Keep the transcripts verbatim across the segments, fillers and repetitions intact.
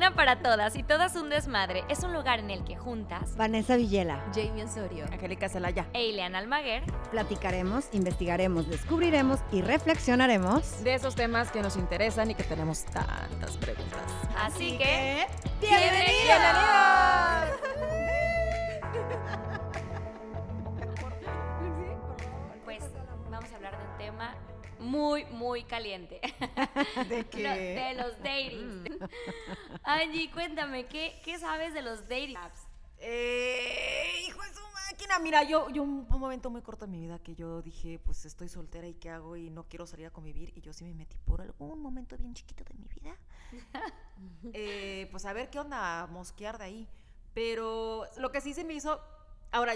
Una para todas y todas un desmadre es un lugar en el que juntas Vanessa Villela, Jamie Osorio, Angélica Celaya e Ileana Almaguer platicaremos, investigaremos, descubriremos y reflexionaremos de esos temas que nos interesan y que tenemos tantas preguntas. Así que ¡bienvenidos! Pues vamos a hablar de un tema muy, muy caliente. ¿De qué? Lo- de los datings. Angie, cuéntame, ¿qué, ¿qué sabes de los dating apps? Eh, hijo de su máquina, mira, yo, yo un, un momento muy corto en mi vida que yo dije, pues estoy soltera y qué hago y no quiero salir a convivir, y yo sí me metí por algún momento bien chiquito de mi vida. eh, pues a ver qué onda, a mosquear de ahí. Pero lo que sí se me hizo, ahora,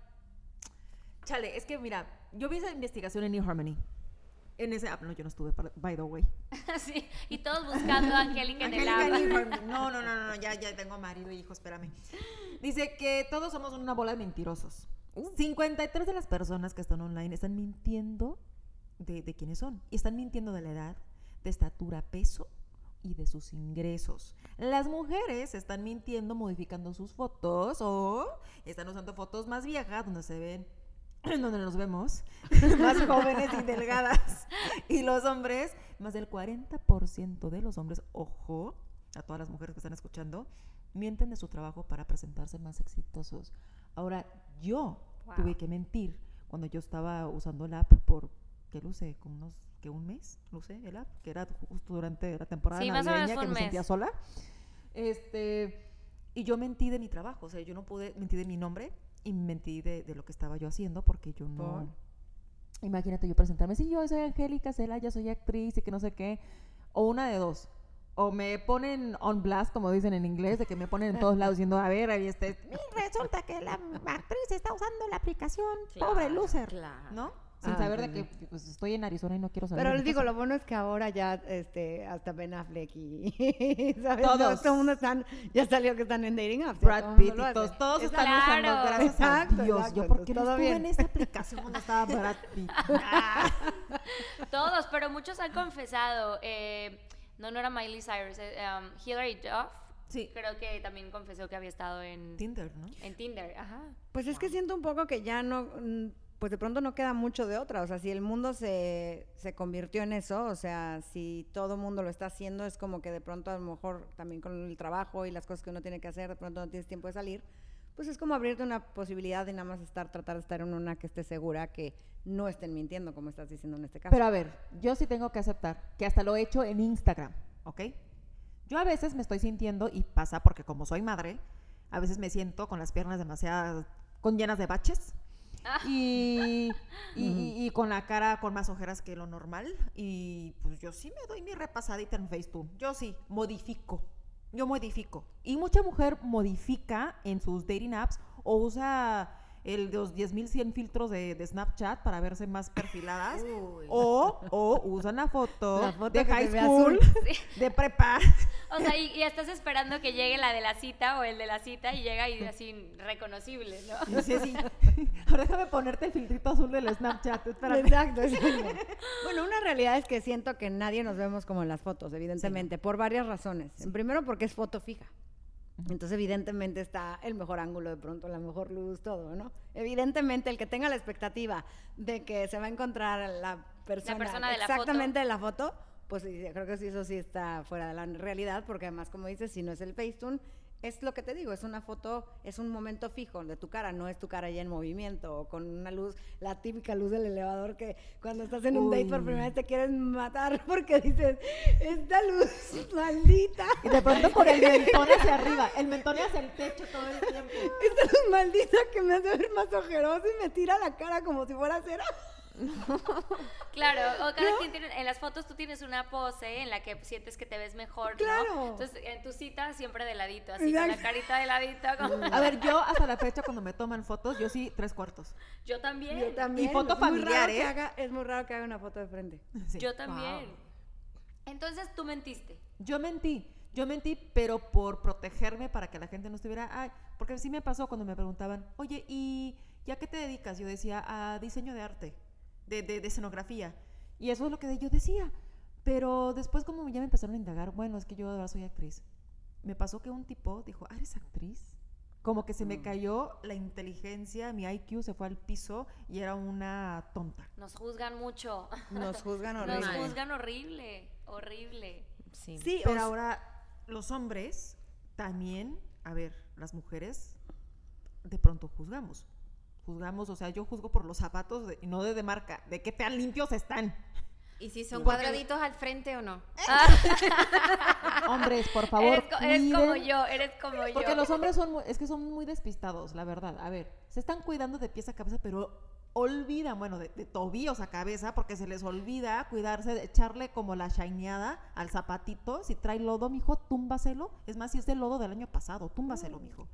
chale, es que mira, yo vi esa investigación en eHarmony. En ese app, no, yo no estuve, by the way. Sí, y todos buscando a Angélica en el Angélica app. en eHarmony. No, no, no, no, no, ya, ya tengo marido y hijo, espérame. Dice que todos somos una bola de mentirosos. Uh. cincuenta y tres de las personas que están online están mintiendo de, de quiénes son. Y están mintiendo de la edad, de estatura, peso y de sus ingresos. Las mujeres están mintiendo modificando sus fotos o están usando fotos más viejas donde se ven, donde nos vemos más jóvenes y delgadas. Y los hombres, más del cuarenta por ciento de los hombres, ojo, a todas las mujeres que están escuchando, mienten de su trabajo para presentarse más exitosos. Ahora, yo Wow. tuve que mentir cuando yo estaba usando el app por, ¿qué lo usé? Como unos, que un mes, lo usé, el app, que era justo durante la temporada Sí, más o menos navideña fue que un me mes. sentía sola. Este, y yo mentí de mi trabajo, o sea, yo no pude, mentí de mi nombre y mentí de, de lo que estaba yo haciendo porque yo no... ¿Por? Imagínate yo presentarme, sí, yo soy Angélica Celaya, soy actriz y que no sé qué, o una de dos. O me ponen on blast, como dicen en inglés, de que me ponen en todos lados diciendo, a ver, ahí está, y resulta que la actriz está usando la aplicación, Claro, pobre loser, claro. ¿no? Sin Ah, saber de sí, que pues, estoy en Arizona y no quiero saber. Pero de les mi digo, casa. lo bueno es que ahora ya este, hasta Ben Affleck y ¿sabes? Todos. Todo el mundo están, ya salió que están en dating apps. ya todo Brad el Pitt mundo lo y todos, hace. todos Es están claro. usando, gracias Exacto, a Dios. exacto, Yo, ¿por qué no todo estuve bien. en esa aplicación cuando estaba Brad Pitt? Ah. Todos, pero muchos han confesado. Eh, no, no era Miley Cyrus, eh, um, Hilary Duff. Sí, Creo que también confesó que había estado en Tinder, ¿no? en Tinder. Ajá. Pues es que siento un poco que ya no, mm, pues de pronto no queda mucho de otra. O sea, si el mundo se, se convirtió en eso, o sea, si todo mundo lo está haciendo, es como que de pronto a lo mejor también con el trabajo y las cosas que uno tiene que hacer, de pronto no tienes tiempo de salir, pues es como abrirte una posibilidad de nada más estar, tratar de estar en una que esté segura, que no estén mintiendo, como estás diciendo en este caso. Pero a ver, yo sí tengo que aceptar que hasta lo he hecho en Instagram, ¿ok? Yo a veces me estoy sintiendo, y pasa porque como soy madre, a veces me siento con las piernas demasiado, con llenas de baches, Ah. y, y, y- y con la cara con más ojeras que lo normal, y pues yo sí me doy mi repasadita en Facetune, yo sí, modifico, yo modifico. Y mucha mujer modifica en sus dating apps o usa el de los diez mil cien filtros de, de Snapchat para verse más perfiladas. Uy. O, o usan la foto, La foto de que high se ve school, de prepa. O sea, y, y estás esperando que llegue la de la cita o el de la cita y llega y así reconocible, ¿no? Y sí, sí. Ahora déjame ponerte el filtrito azul del Snapchat, espérame. Exacto, exacto. Bueno, una realidad es que siento que nadie nos vemos como en las fotos, evidentemente, por varias razones. En primero, porque es foto fija. Entonces, evidentemente está el mejor ángulo de pronto, la mejor luz, todo, ¿no? Evidentemente, el que tenga la expectativa de que se va a encontrar la persona, persona de la exactamente de la foto, pues sí, creo que sí, eso sí está fuera de la realidad, porque además, como dices, si no es el Facetune, es lo que te digo, es una foto, es un momento fijo de tu cara, no es tu cara ya en movimiento o con una luz, la típica luz del elevador que cuando estás en un Uy. date por primera vez te quieres matar porque dices, esta luz maldita, Y de pronto con el mentón hacia arriba, el mentón hacia el techo todo el tiempo. esta luz maldita que me hace ver más ojeroso y me tira la cara como si fuera cera. Claro, o cada quien tiene, en las fotos tú tienes una pose en la que sientes que te ves mejor, ¿no? Claro. Entonces, en tu cita siempre de ladito, así, con la Exacto. carita de ladito. Como... A ver, yo hasta la fecha cuando me toman fotos, yo sí tres cuartos. Yo también. Yo también. Y foto es muy familiar, raro que ¿eh? haga- es muy raro que haga una foto de frente. Sí. Yo también. Wow. Entonces, tú mentiste. Yo mentí, yo mentí, pero por protegerme para que la gente no estuviera, ay, porque sí me pasó cuando me preguntaban, oye, ¿y ya qué te dedicas? Yo decía, a diseño de arte, de, de, de escenografía, y eso es lo que yo decía, pero después como ya me empezaron a indagar, bueno, es que yo ahora soy actriz. me pasó que un tipo dijo, ah, ¿eres actriz? Como que se me cayó la inteligencia, mi I Q se fue al piso y era una tonta. Nos juzgan mucho. Nos juzgan horrible. Nos juzgan horrible, horrible. Sí. Sí, Pero o s- ahora los hombres también, a ver, las mujeres de pronto juzgamos. Juzgamos, o sea, yo juzgo por los zapatos de- y no de, de marca, de qué tan limpios están. ¿Y si son Porque- cuadraditos al frente o no? Hombres, por favor, Eres, co- eres como cuiden. yo, eres como yo. Porque los hombres son muy, es que son muy despistados, la verdad. A ver, se están cuidando de pies a cabeza, pero olvidan, bueno, de, de tobillos a cabeza, porque se les olvida cuidarse, de echarle como la shineada al zapatito. Si trae lodo, mijo, túmbaselo. Es más, si es de lodo del año pasado, túmbaselo, mijo.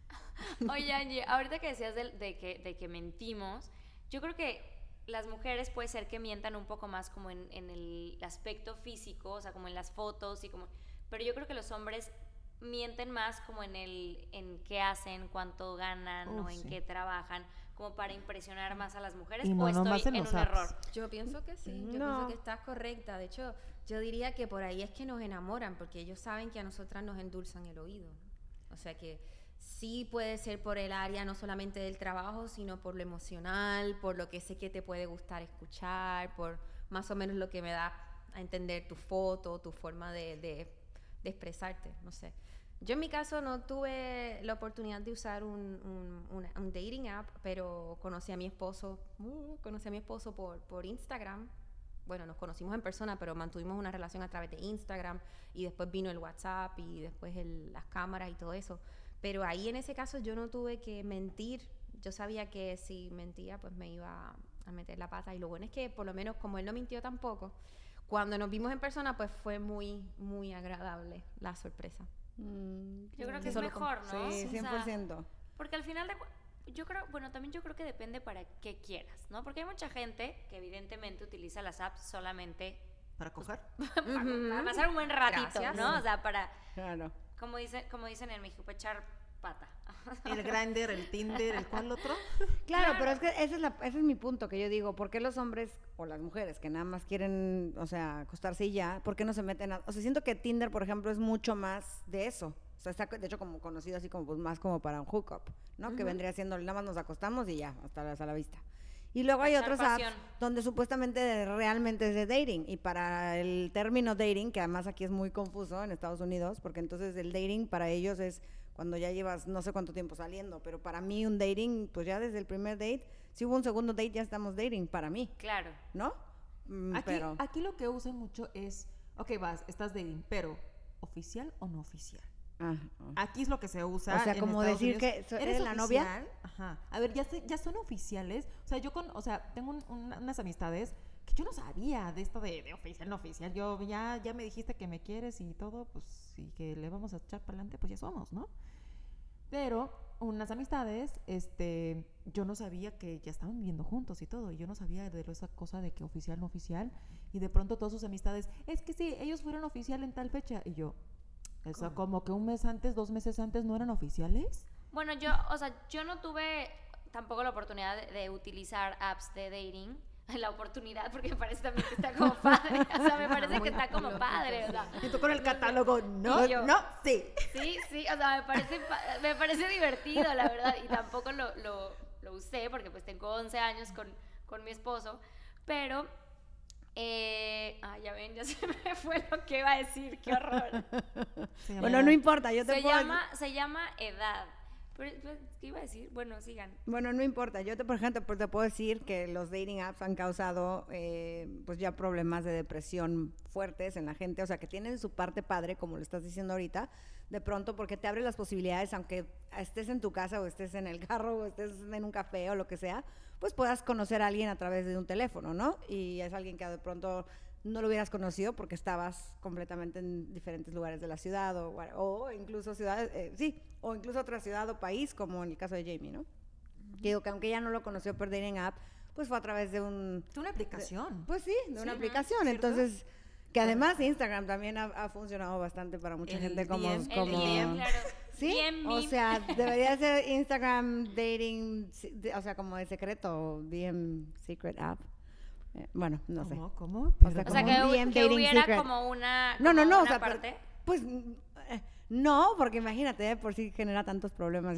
Oye, Angie, ahorita que decías de, de que, de que mentimos, yo creo que las mujeres puede ser que mientan un poco más como en, en el aspecto físico, o sea, como en las fotos y como... Pero yo creo que los hombres mienten más como en el en qué hacen, cuánto ganan Uf, o en sí. qué trabajan, como para impresionar más a las mujeres, Y no o estoy nomás en en los un apps. error. Yo pienso que sí, yo No. pienso que estás correcta. De hecho, yo diría que por ahí es que nos enamoran, porque ellos saben que a nosotras nos endulzan el oído. O sea que sí puede ser por el área no solamente del trabajo, sino por lo emocional, por lo que sé que te puede gustar escuchar, por más o menos lo que me da a entender tu foto, tu forma de, de, de expresarte, no sé. Yo en mi caso no tuve la oportunidad de usar un, un, un, un dating app, pero conocí a mi esposo, uh, conocí a mi esposo por, por Instagram. Bueno, nos conocimos en persona, pero mantuvimos una relación a través de Instagram y después vino el WhatsApp y después el, las cámaras y todo eso. Pero ahí en ese caso yo no tuve que mentir. Yo sabía que si mentía, pues me iba a meter la pata. Y lo bueno es que por lo menos como él no mintió tampoco, cuando nos vimos en persona, pues fue muy, muy agradable la sorpresa. Mm, Yo creo que Sí, es solo mejor, ¿no? Sí, O cien sea, por ciento. porque al final de cu- yo creo, bueno, también yo creo que depende para qué quieras, ¿no? Porque hay mucha gente que evidentemente utiliza las apps solamente Para coger. para, para pasar un buen ratito, Gracias. ¿no? O sea, para, Claro. como dicen, como dicen en México, para echar pata. El Grindr, el Tinder, el cuál otro. Claro, pero es que ese es, la, ese es mi punto que yo digo, ¿por qué los hombres o las mujeres que nada más quieren, o sea, acostarse y ya, por qué no se meten a... O sea, siento que Tinder, por ejemplo, es mucho más de eso. O sea, está de hecho como conocido así como pues más como para un hookup, ¿no? Que vendría siendo, nada más nos acostamos y ya, hasta la, hasta la vista. Y luego hay Echar otros pasión. apps donde supuestamente realmente es de dating. Y para el término dating, que además aquí es muy confuso en Estados Unidos, porque entonces el dating para ellos es cuando ya llevas no sé cuánto tiempo saliendo, pero para mí un dating, pues ya desde el primer date, si hubo un segundo date ya estamos dating, para mí, Claro. ¿no? Mm, Aquí, pero aquí lo que usan mucho es, ok, vas, estás dating, pero ¿oficial o no oficial? ah, Aquí es lo que se usa. O sea, en como Estados decir Unidos. que so- ¿Eres ¿eres la novia? oficial? Ajá. A ver, ya, se- ya son oficiales. O sea, yo con, o sea, tengo un- un- unas amistades que yo no sabía de esto de, de oficial, no oficial. Yo ya, ya me dijiste que me quieres y todo, pues, y que le vamos a echar para adelante, pues ya somos, ¿no? Pero unas amistades, este, yo no sabía que ya estaban viviendo juntos y todo, y yo no sabía de esa cosa de que oficial, no oficial, y de pronto todas sus amistades, es que sí, ellos fueron oficial en tal fecha, y yo, o sea, como que un mes antes, dos meses antes no eran oficiales. Bueno, yo, o sea, yo no tuve tampoco la oportunidad de, de utilizar apps de dating. La oportunidad, porque me parece también que está como padre. O sea, me parece que está como padre. O sea, Y tú con el catálogo, no, yo. no, sí. sí, sí, o sea, me parece, pa- me parece divertido, la verdad. Y tampoco lo, lo, lo usé, porque pues tengo once años con, con mi esposo. Pero, eh, ah, ya ven, ya se me fue lo que iba a decir, qué horror. Se bueno, llama- no importa, yo te Se puedo... llama, se llama edad. Pero, pero, ¿qué iba a decir? Bueno, sigan. Bueno, no importa. Yo, te, por ejemplo, pues, te puedo decir que los dating apps han causado, eh, pues ya problemas de depresión fuertes en la gente. O sea, que tienen su parte padre, como lo estás diciendo ahorita, de pronto, porque te abre las posibilidades, aunque estés en tu casa o estés en el carro o estés en un café o lo que sea, pues puedas conocer a alguien a través de un teléfono, ¿no? Y es alguien que de pronto no lo hubieras conocido porque estabas completamente en diferentes lugares de la ciudad o, o incluso ciudades, eh, sí, o incluso otra ciudad o país, como en el caso de Jamie, ¿no? Que digo que aunque ella no lo conoció por dating app, pues fue a través de un... Es una aplicación. Pues sí, de una Sí, aplicación. ¿cierto? Entonces, que además Instagram también ha, ha funcionado bastante para mucha El gente como... D M, El como D M, claro. ¿Sí? Bien O meme. sea, debería ser Instagram dating, sí, de- o sea, como de secreto, D M secret app. Eh, bueno, no sé. ¿Cómo? ¿Cómo? O sea, O sea, como que, un hu- D M que dating hubiera secret. como una, No, no, como no, o una sea, pero- parte. pues No, porque imagínate, de por sí genera tantos problemas.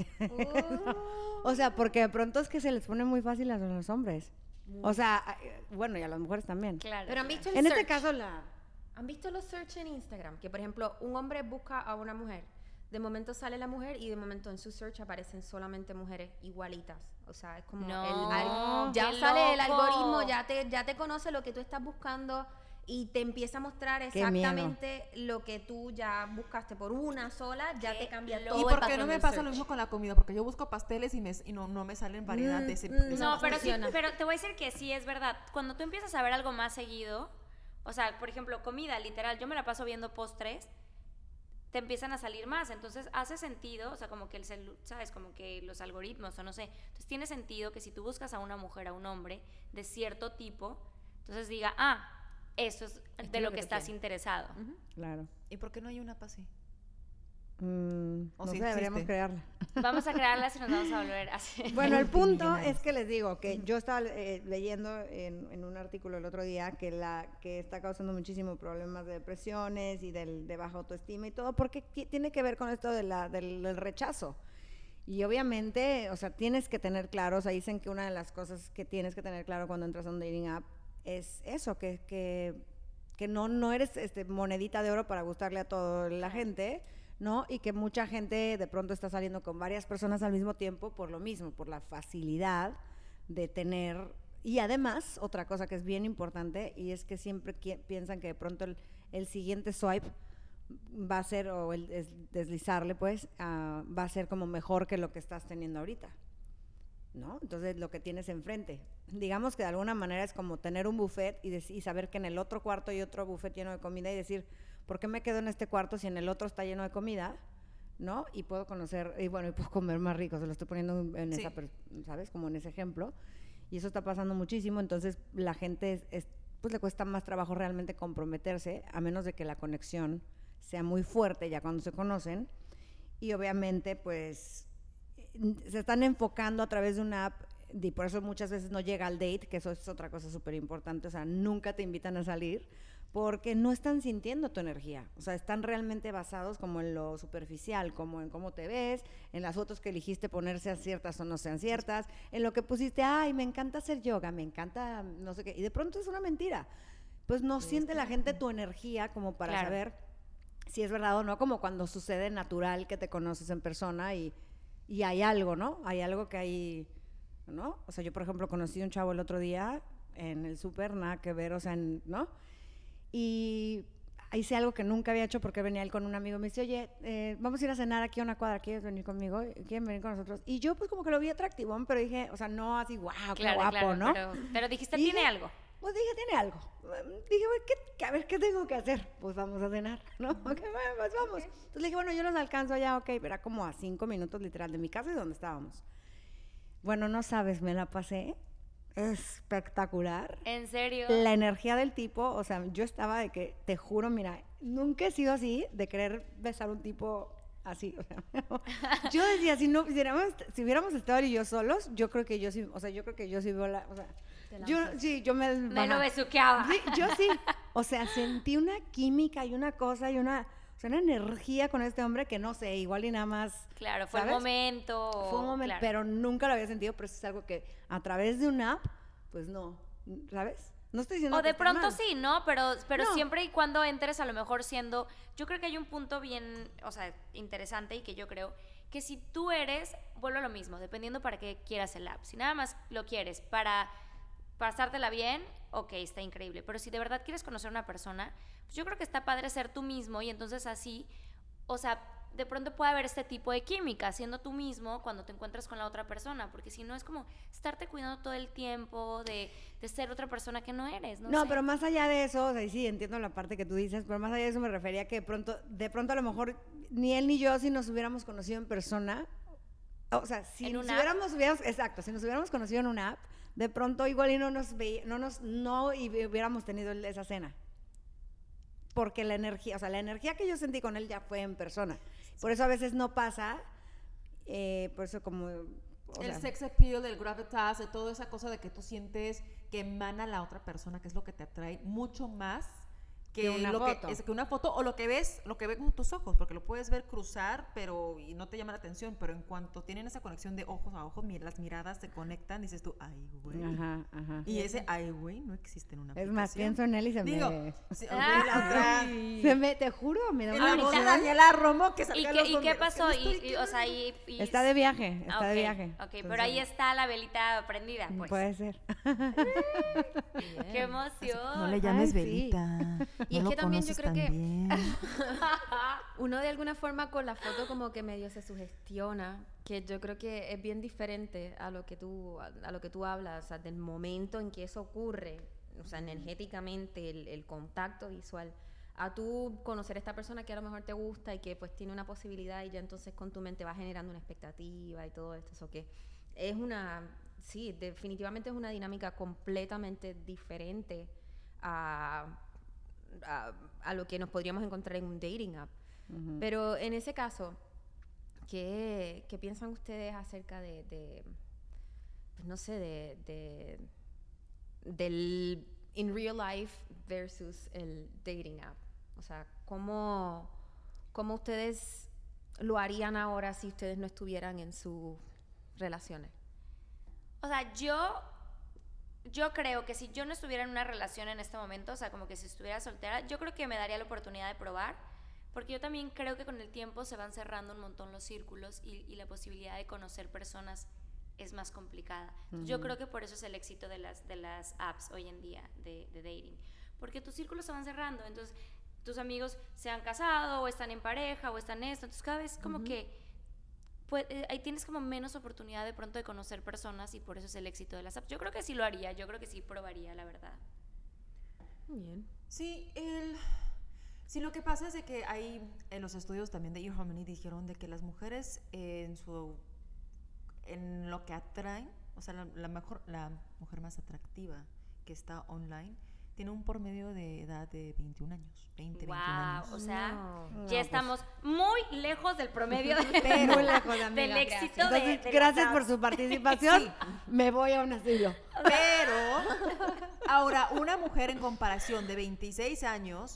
O sea, porque de pronto es que se les pone muy fácil a los hombres. O sea, eh, bueno, y a las mujeres también. Claro. Pero han visto el En este search? caso, la... ¿Han visto los search en Instagram? Que, por ejemplo, un hombre busca a una mujer. De momento sale la mujer y de momento en su search aparecen solamente mujeres igualitas. O sea, es como No, el al- ya qué sale el loco. algoritmo, ya te, ya te conoce lo que tú estás buscando y te empieza a mostrar Qué miedo. exactamente lo que tú ya buscaste por una sola, ya Qué te cambia loco. todo ¿Y el por qué patrón no me del pasa search. lo mismo con la comida? Porque yo busco pasteles y, me, y no, no me salen variedad de ese, Mm, de esa No, pero sí, funciona. pero te voy a decir que sí es verdad. Cuando tú empiezas a ver algo más seguido, o sea, por ejemplo, comida, literal, yo me la paso viendo postres, te empiezan a salir más, entonces hace sentido, o sea, como que el celu, ¿sabes? Como que los algoritmos, o no sé. Entonces tiene sentido que si tú buscas a una mujer, a un hombre de cierto tipo, entonces diga, ah, eso es Es de lo lo que que tú estás quieres. interesado. Ujú. Claro. ¿Y por qué no hay una pase? Mm, O no sí sé, deberíamos existe. crearla. Vamos a crearlas y nos vamos a volver a hacer. Bueno, el punto Multimillonarios. es que les digo que yo estaba eh, leyendo en, en un artículo el otro día que la que está causando muchísimos problemas de depresiones y del, de baja autoestima y todo, porque ti- tiene que ver con esto de la, del, del rechazo. Y obviamente, o sea, tienes que tener claro, o sea, dicen que una de las cosas que tienes que tener claro cuando entras a un dating app es eso, que, que, que no, no eres este, monedita de oro para gustarle a toda la gente, ¿no? Y que mucha gente de pronto está saliendo con varias personas al mismo tiempo por lo mismo, por la facilidad de tener. Y además, otra cosa que es bien importante, y es que siempre qui- piensan que de pronto el, el siguiente swipe va a ser, o el es- deslizarle, pues, ah, va a ser como mejor que lo que estás teniendo ahorita, ¿no? Entonces, lo que tienes enfrente. Digamos que de alguna manera es como tener un buffet y, dec- y saber que en el otro cuarto hay otro buffet lleno de comida y decir, ¿por qué me quedo en este cuarto si en el otro está lleno de comida? ¿No? Y puedo conocer, y bueno, y puedo comer más rico, se lo estoy poniendo en Sí. esa, per- ¿sabes? Como en ese ejemplo. Y eso está pasando muchísimo, entonces la gente es, es- pues le cuesta más trabajo realmente comprometerse, a menos de que la conexión sea muy fuerte ya cuando se conocen. Y obviamente, pues, eh, se están enfocando a través de una app y por eso muchas veces no llega al date, que eso es otra cosa súper importante, o sea, nunca te invitan a salir porque no están sintiendo tu energía, o sea, están realmente basados como en lo superficial, como en cómo te ves, en las fotos que eligiste poner sean ciertas o no sean ciertas, en lo que pusiste, ay, me encanta hacer yoga, me encanta no sé qué, y de pronto es una mentira, pues no siente la gente tu energía como para Claro. saber si es verdad o no, como cuando sucede natural que te conoces en persona y, y hay algo, ¿no? Hay algo que hay, ¿no? O sea, yo, por ejemplo, conocí a un chavo el otro día en el súper, nada que ver, o sea, en- ¿no? Y hice algo que nunca había hecho porque venía él con un amigo y me dice, oye, eh, vamos a ir a cenar aquí a una cuadra, ¿quieres venir conmigo? ¿Quieren venir con nosotros? Y yo, pues, como que lo vi atractivón, pero dije, o sea, no así, wow, qué Claro, guapo, claro, ¿no? pero, pero dijiste, Y tiene dije, algo. Pues dije, tiene algo. Dije, bueno, ¿qué, a ver, ¿qué tengo que hacer? Pues vamos a cenar, ¿no? Ok, bueno, pues vamos. Entonces le dije, bueno, yo los alcanzo allá, ok, pero era como a cinco minutos literal de mi casa y donde estábamos. Bueno, no sabes, me la pasé espectacular. ¿En serio? La energía del tipo, o sea, yo estaba de que, te juro, mira, nunca he sido así, de querer besar a un tipo así, o sea, yo decía, si no, si hubiéramos, si hubiéramos estado él y yo solos, yo creo que yo sí, o sea, yo creo que yo sí veo la, o sea, Te yo, lanzas. sí, yo me... Me lo ajá. besuqueaba. Sí, yo sí, o sea, sentí una química y una cosa y una, o sea, una energía con este hombre que no sé, igual y nada más... Claro, fue ¿sabes? el momento. Fue un momento, claro. pero nunca lo había sentido, pero eso es algo que a través de una app, pues no, ¿sabes? No estoy diciendo O que de esté pronto mal. sí, ¿no? Pero, pero No. siempre y cuando entres a lo mejor siendo... Yo creo que hay un punto bien, o sea, interesante y que yo creo que si tú eres, vuelvo a lo mismo, dependiendo para qué quieras el app. Si nada más lo quieres para pasártela bien, ok, está increíble. Pero si de verdad quieres conocer a una persona, pues yo creo que está padre ser tú mismo y entonces así, o sea, de pronto puede haber este tipo de química, siendo tú mismo cuando te encuentras con la otra persona, porque si no es como estarte cuidando todo el tiempo de, de ser otra persona que no eres, ¿no? No, sé. pero más allá de eso, o sea, y sí, entiendo la parte que tú dices, pero más allá de eso me refería que de pronto, de pronto a lo mejor ni él ni yo si nos hubiéramos conocido en persona, o sea, si ¿En nos una hubiéramos, hubiéramos, exacto, si nos hubiéramos conocido en una app, de pronto igual y no nos veía, no nos, no y hubiéramos tenido esa cena. Porque la energía, o sea, la energía que yo sentí con él ya fue en persona. Por eso a veces no pasa, eh, por eso como... o El sea, sex appeal, el gravitas, de toda esa cosa de que tú sientes que emana la otra persona, que es lo que te atrae mucho más que, Que una lo foto. que es que una foto o lo que ves, lo que ves con tus ojos, porque lo puedes ver cruzar, pero y no te llama la atención, pero en cuanto tienen esa conexión de ojos a ojos, las miradas se conectan, dices tú, ay, güey. Ajá, ajá. Y ese ay, güey no existe en una Es más, aplicación. pienso en él y se Digo, me... sí, Ah. la otra- Se me, te juro, me da en una la voz de emoción. Daniela Romo que ¿Y salgan qué, los ¿Y qué bomberos, pasó? que me Y, estoy y, o sea, y, y- Está de viaje, está Ok, de viaje. Ok, pero Entonces, ahí está la velita prendida, pues. Puede ser. Bien. ¡Qué emoción! No le Ay, llames sí. velita. Y no es lo que también yo conoces creo que- tan bien. Uno de alguna forma con la foto como que medio se sugestiona, que yo creo que es bien diferente a lo que tú, a, a lo que tú hablas, o sea, del momento en que eso ocurre, o sea, energéticamente, el, el contacto visual, a tú conocer a esta persona que a lo mejor te gusta y que pues tiene una posibilidad y ya entonces con tu mente va generando una expectativa y todo esto, eso que es una, sí, definitivamente es una dinámica completamente diferente a, a, a lo que nos podríamos encontrar en un dating app. Ujú. Pero en ese caso, ¿qué, qué piensan ustedes acerca de, de pues no sé, de, de del in real life versus el dating app? O sea, ¿cómo, cómo ustedes lo harían ahora si ustedes no estuvieran en sus relaciones? O sea, yo, yo creo que si yo no estuviera en una relación en este momento, o sea, como que si estuviera soltera, yo creo que me daría la oportunidad de probar, porque yo también creo que con el tiempo se van cerrando un montón los círculos y, y la posibilidad de conocer personas es más complicada. Entonces, yo Ujú. creo que por eso es el éxito de las, de las apps hoy en día de, de dating, porque tus círculos se van cerrando, entonces tus amigos se han casado o están en pareja o están esto, entonces cada vez como Ujú. que pues, eh, ahí tienes como menos oportunidad de pronto de conocer personas y por eso es el éxito de las apps. Yo creo que sí lo haría, yo creo que sí probaría, la verdad. Muy bien. Sí, el, sí, lo que pasa es de que hay en los estudios también de eHarmony dijeron de que las mujeres eh, en su en lo que atraen, o sea, la, la mejor la mujer más atractiva que está online tiene un promedio de edad de veintiún años, veinte, Wow, veintiún años. o sea, No. No, ya pues, estamos muy lejos del promedio de, Pero- Muy lejos, del amiga. éxito de, Entonces, de gracias las por apps. su participación. Me voy a un asilo. Pero ahora una mujer en comparación de veintiséis años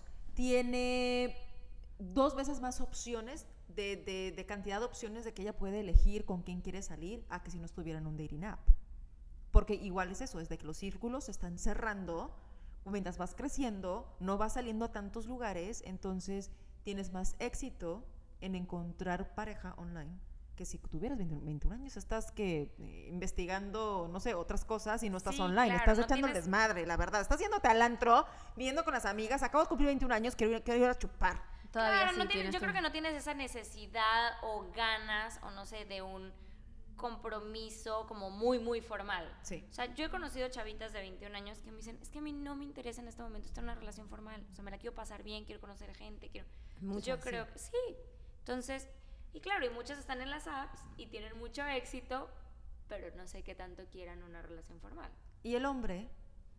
tiene dos veces más opciones de, de, de cantidad de opciones de que ella puede elegir con quién quiere salir a que si no estuviera en un dating app. Porque igual es eso, es de que los círculos se están cerrando, mientras vas creciendo, no vas saliendo a tantos lugares, entonces tienes más éxito en encontrar pareja online que si tuvieras veinte, veintiún años, estás que eh, investigando, no sé, otras cosas y no estás Sí, online, claro, estás no echando el tienes- desmadre, la verdad, estás yéndote al antro, viendo con las amigas, acabo de cumplir veintiún años, quiero ir, quiero ir a chupar. Todavía Claro, sí no tienes- tienes yo tu- creo que no tienes esa necesidad o ganas o no sé, de un compromiso como muy, muy formal. Sí. O sea, yo he conocido chavitas de veintiún años que me dicen, es que a mí no me interesa en este momento estar en una relación formal. O sea, me la quiero pasar bien, quiero conocer gente, quiero... Entonces, yo Muchas, sí. creo que sí. Entonces, y claro, y muchas están en las apps y tienen mucho éxito, pero no sé qué tanto quieran una relación formal. Y el hombre,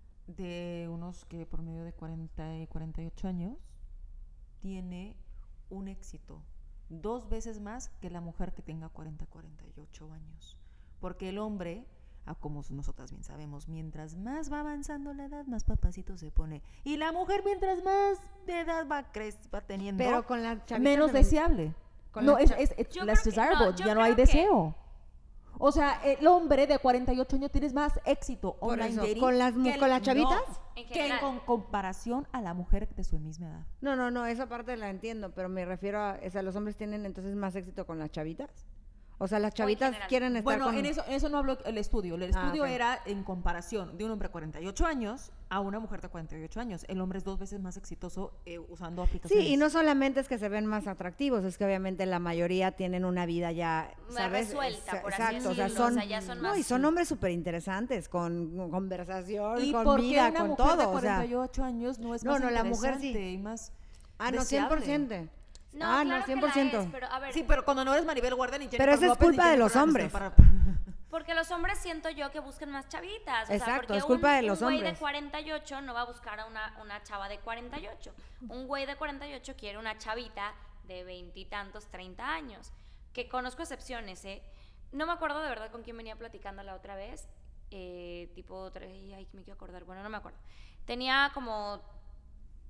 de unos que por medio de cuarenta y cuarenta y ocho años, tiene un éxito dos veces más que la mujer que tenga cuarenta, cuarenta y ocho años. Porque el hombre, ah, como nosotras bien sabemos, mientras más va avanzando la edad, más papacito se pone. Y la mujer, mientras más de edad va, cre- va teniendo, Pero con las chavitas menos de- deseable. con No, las es, cha- es, es Yo less creo que- no, desirable, yo ya no hay creo que- deseo. O sea, el hombre de cuarenta y ocho años tienes más éxito Por online eso, dating ¿con las mu- que el- con las chavitas? no, En que general. con comparación a la mujer de su misma edad. No, no, no, esa parte la entiendo, pero me refiero a, o sea, los hombres tienen entonces más éxito con las chavitas. O sea, las chavitas general. quieren estar Bueno, con... en eso, en eso no habló el estudio. El Ah, estudio ok. era en comparación de un hombre de cuarenta y ocho años a una mujer de cuarenta y ocho años. El hombre es dos veces más exitoso eh, usando aplicaciones. Sí, y no solamente es que se ven más atractivos, es que obviamente la mayoría tienen una vida ya, Más ¿sabes? resuelta, Es- por así exacto, o sea, decirlo, o son, sea, ya son no, y más- son hombres súper interesantes, con conversación, ¿Y con por qué vida, una con mujer de todo, o sea, cuarenta y ocho años no es no, más no, la mujer sí. interesante y más ah, no, cien por deseable? ciento. No, ah, claro no, que cien por ciento. la es, pero a ver, Sí, pero cuando no eres Maribel Guardia ni Jennifer Pero eso es López, ni culpa de los Jennifer hombres. Aniston para- porque los hombres siento yo que buscan más chavitas. O Exacto, sea, porque es culpa un, de los un güey hombres. de cuarenta y ocho no va a buscar a una, una chava de cuarenta y ocho. Un güey de cuarenta y ocho quiere una chavita de veintitantos, treinta años. Que conozco excepciones, ¿eh? No me acuerdo de verdad con quién venía platicando la otra vez. Eh, tipo, tre- ay, me quiero acordar. Bueno, no me acuerdo. Tenía como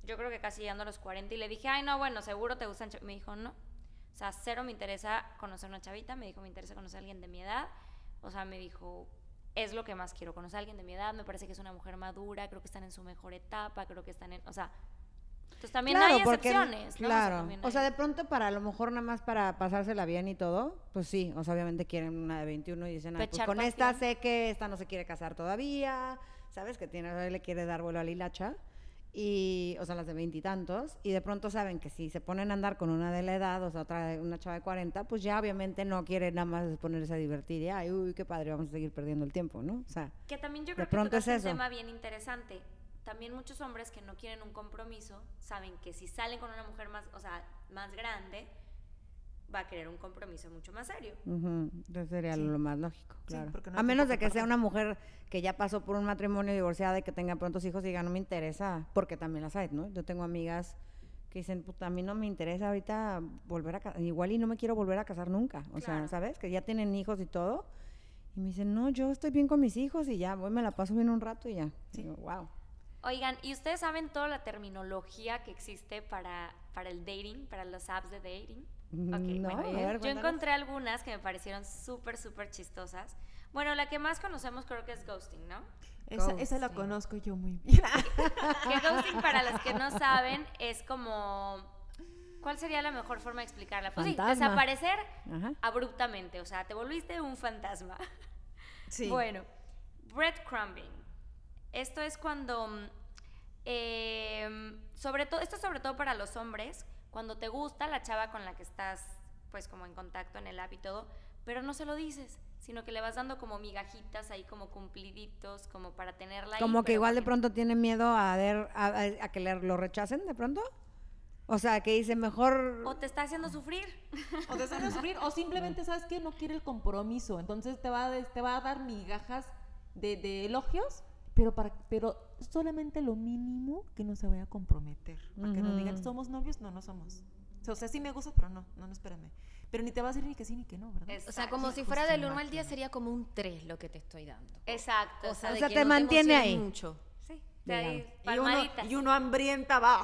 yo creo que casi llegando a los cuarenta, y le dije, ay, no, bueno, seguro te gustan chavitas. Me dijo, no. O sea, cero me interesa conocer una chavita. Me dijo, me interesa conocer a alguien de mi edad. O sea, me dijo, es lo que más quiero, conocer a alguien de mi edad. Me parece que es una mujer madura, creo que están en su mejor etapa, creo que están en, o sea, entonces también Claro, hay porque- excepciones, ¿no? Claro, también o sea, hay- de pronto para a lo mejor nada más para pasársela bien y todo, pues sí, o sea, obviamente quieren una de veintiuno y dicen, ah, pues Pechar con esta pasión. sé que esta no se quiere casar todavía, ¿sabes? Que tiene, le quiere dar vuelo a la hilacha, y, o sea, las de veintitantos, y, y de pronto saben que si se ponen a andar con una de la edad, o sea, otra, de- una chava de cuarenta, pues ya obviamente no quiere nada más ponerse a divertir, y, ay, uy, qué padre, vamos a seguir perdiendo el tiempo, ¿no? O sea, Que también yo de creo que pronto es tocaste un eso. tema bien interesante. También muchos hombres que no quieren un compromiso saben que si salen con una mujer más, o sea, más grande, va a querer un compromiso mucho más serio. ujú, entonces sería Sí. lo más lógico, Sí, claro. porque no A hay menos tiempo de que que sea perder. una mujer que ya pasó por un matrimonio divorciada y que tenga prontos hijos y diga, no me interesa, porque también las hay, ¿no? Yo tengo amigas que dicen, puta, a mí no me interesa ahorita volver a casar, igual y no me quiero volver a casar nunca, o sea, Claro. ¿sabes? Que ya tienen hijos y todo, y me dicen, no, yo estoy bien con mis hijos y ya, voy, me la paso bien un rato y ya. Sí. Y digo, wow. Oigan, ¿y ustedes saben toda la terminología que existe para, para el dating, para los apps de dating? Ok, No, bueno, a ver, yo cuéntanos. encontré algunas que me parecieron súper, súper chistosas. Bueno, la que más conocemos creo que es ghosting, ¿no? Esa, esa la Ghosting. conozco yo muy bien. Que ghosting, para los que no saben, es como... ¿Cuál sería la mejor forma de explicarla? Pues sí, Fantasma. desaparecer Ajá. abruptamente, o sea, te volviste un fantasma. Sí. Bueno, breadcrumbing. Esto es cuando, mm, eh, sobre todo, esto es sobre todo para los hombres, cuando te gusta la chava con la que estás, pues como en contacto en el app y todo, pero no se lo dices, sino que le vas dando como migajitas ahí, como cumpliditos, como para tenerla ahí. Como que pero igual para de que- pronto tiene miedo a, ver, a, a- a que le, lo rechacen de pronto. O sea, que dice mejor... O te está haciendo sufrir. O te hacen sufrir, o simplemente, ¿sabes qué? No quiere el compromiso. Entonces te va a, des- te va a dar migajas de, de elogios, pero para pero solamente lo mínimo que no se vaya a comprometer. Para que no Ujú. digan, ¿somos novios? No, no somos. O sea, sí me gustas, pero no, no, no, espérame. Pero ni te va a decir ni que sí ni que no, ¿verdad? Es- O sea, como si Hijos fuera de del uno al diez máquina. sería como un tres lo que te estoy dando. Exacto. Cosa O de sea, que te no mantiene emociones ahí. mucho. Sí, de ahí, Digamos. Y uno, palmaditas. y uno hambrienta va.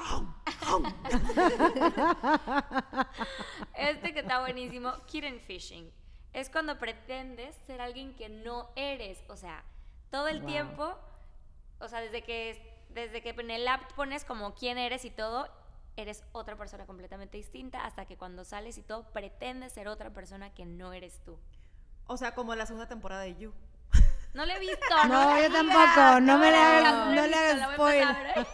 Este que está buenísimo, kitten fishing. Es cuando pretendes ser alguien que no eres. O sea, todo el Wow. tiempo, o sea, desde que, desde que en el app pones como quién eres y todo, eres otra persona completamente distinta, hasta que cuando sales y todo, pretendes ser otra persona que no eres tú. O sea, como la segunda temporada de You. No le he visto. No, me yo digas, tampoco, no me le digas, hagas- he no le visto, hagas la voy a spoiler. empezar a ver.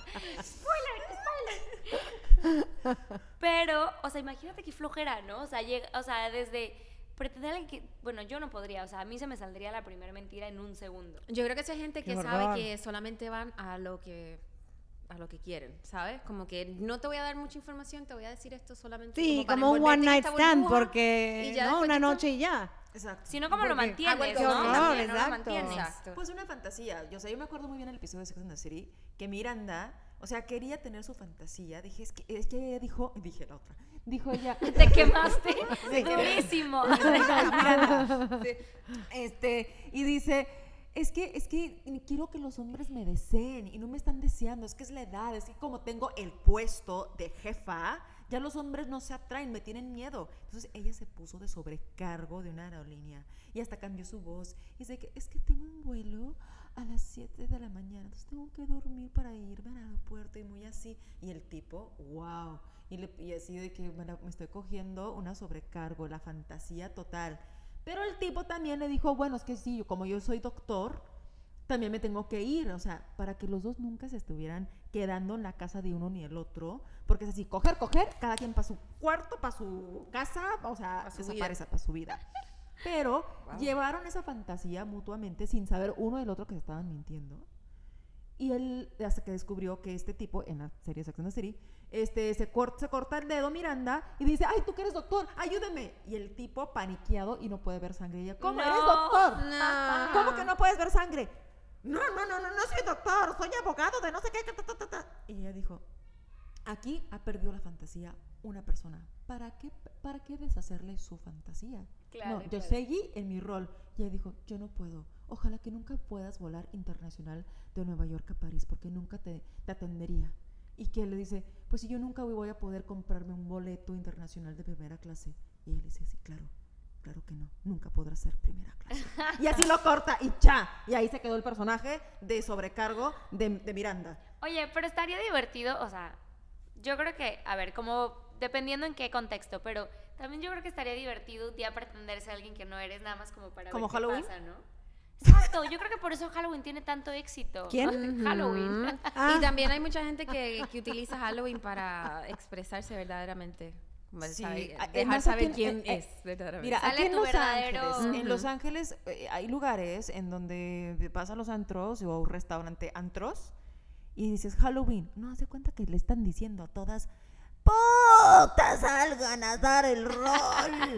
spoiler, spoiler. Pero, o sea, imagínate qué flojera, ¿no? O sea, llega, o sea, desde pretender alguien que, bueno, yo no podría, o sea, a mí se me saldría la primera mentira en un segundo. Yo creo que esa gente Qué que horror. sabe que solamente van a lo que a lo que quieren, ¿sabes? Como que no te voy a dar mucha información, te voy a decir esto solamente Sí, para como un envolverte one en night esta stand, burbuja, porque y ya no, después una tú te- noche y ya. Exacto. Si no, ¿cómo lo Porque- mantienes, Ah, bueno, qué no? horror, También, ¿no lo exacto. mantienes? Exacto. Pues una fantasía. Yo, o sea, yo me acuerdo muy bien el episodio de Sex and the City que Miranda, o sea, quería tener su fantasía. Dije, es que, es que ella dijo, dije la otra, dijo ella, Te quemaste durísimo. Miranda, sí, este, y dice, es que, es que quiero que los hombres me deseen y no me están deseando, es que es la edad, es que como tengo el puesto de jefa, ya los hombres no se atraen, me tienen miedo. Entonces ella se puso de sobrecargo de una aerolínea y hasta cambió su voz. Y dice que es que tengo un vuelo a las siete de la mañana, entonces tengo que dormir para irme al aeropuerto y muy así. Y el tipo, wow. Y, le, y así de que me, la- me estoy cogiendo una sobrecargo, la fantasía total. Pero el tipo también le dijo, bueno, es que sí, yo- como yo soy doctor, también me tengo que ir, o sea, para que los dos nunca se estuvieran quedando en la casa de uno ni el otro, porque es así, coger, coger, cada quien para su cuarto, para su casa, o sea, Pa' su desaparece para su vida. Pero llevaron esa fantasía mutuamente sin saber uno del otro que se estaban mintiendo. Y él, hasta que descubrió que este tipo, en la serie Sex and the City, este, se, cor- se corta el dedo Miranda y dice, ay, tú que eres doctor, ayúdame. Y el tipo paniqueado y no puede ver sangre. Y ella, ¿cómo? No, ¿Eres doctor? no. ¿Cómo que no puedes ver sangre? No, no, no, no, no soy doctor, soy abogado de no sé qué. ta, ta, ta, ta". Y ella dijo, aquí ha perdido la fantasía una persona. ¿Para qué, para qué deshacerle su fantasía? Claro, no, yo claro. seguí en mi rol. Y ella dijo, yo no puedo. Ojalá que nunca puedas volar internacional de Nueva York a París, porque nunca te, te atendería. y que le dice, pues si yo nunca voy a poder comprarme un boleto internacional de primera clase. Y ella le dice, sí, claro, claro que no, nunca podrás ser primera clase. Y así lo corta y ¡cha! Y ahí se quedó el personaje de sobrecargo de, de Miranda. Oye, pero estaría divertido, o sea, yo creo que, a ver, como dependiendo en qué contexto, pero también yo creo que estaría divertido un día pretender ser alguien que no eres, nada más como para ¿Como ver Halloween? qué pasa, ¿no? Exacto, yo creo que por eso Halloween tiene tanto éxito. ¿Quién? Halloween. Ah. Y también hay mucha gente que, que utiliza Halloween para expresarse verdaderamente. Como Sí, saber- además dejar aquí saber en- quién eh, es verdaderamente. Mira, Sale aquí en tu Los verdadero- Ángeles, en Los Ujú. Ángeles eh, hay lugares en donde pasan los antros o un restaurante antros y dices Halloween. No, hace cuenta que le están diciendo a todas, ¡puta, salgan a dar el rol!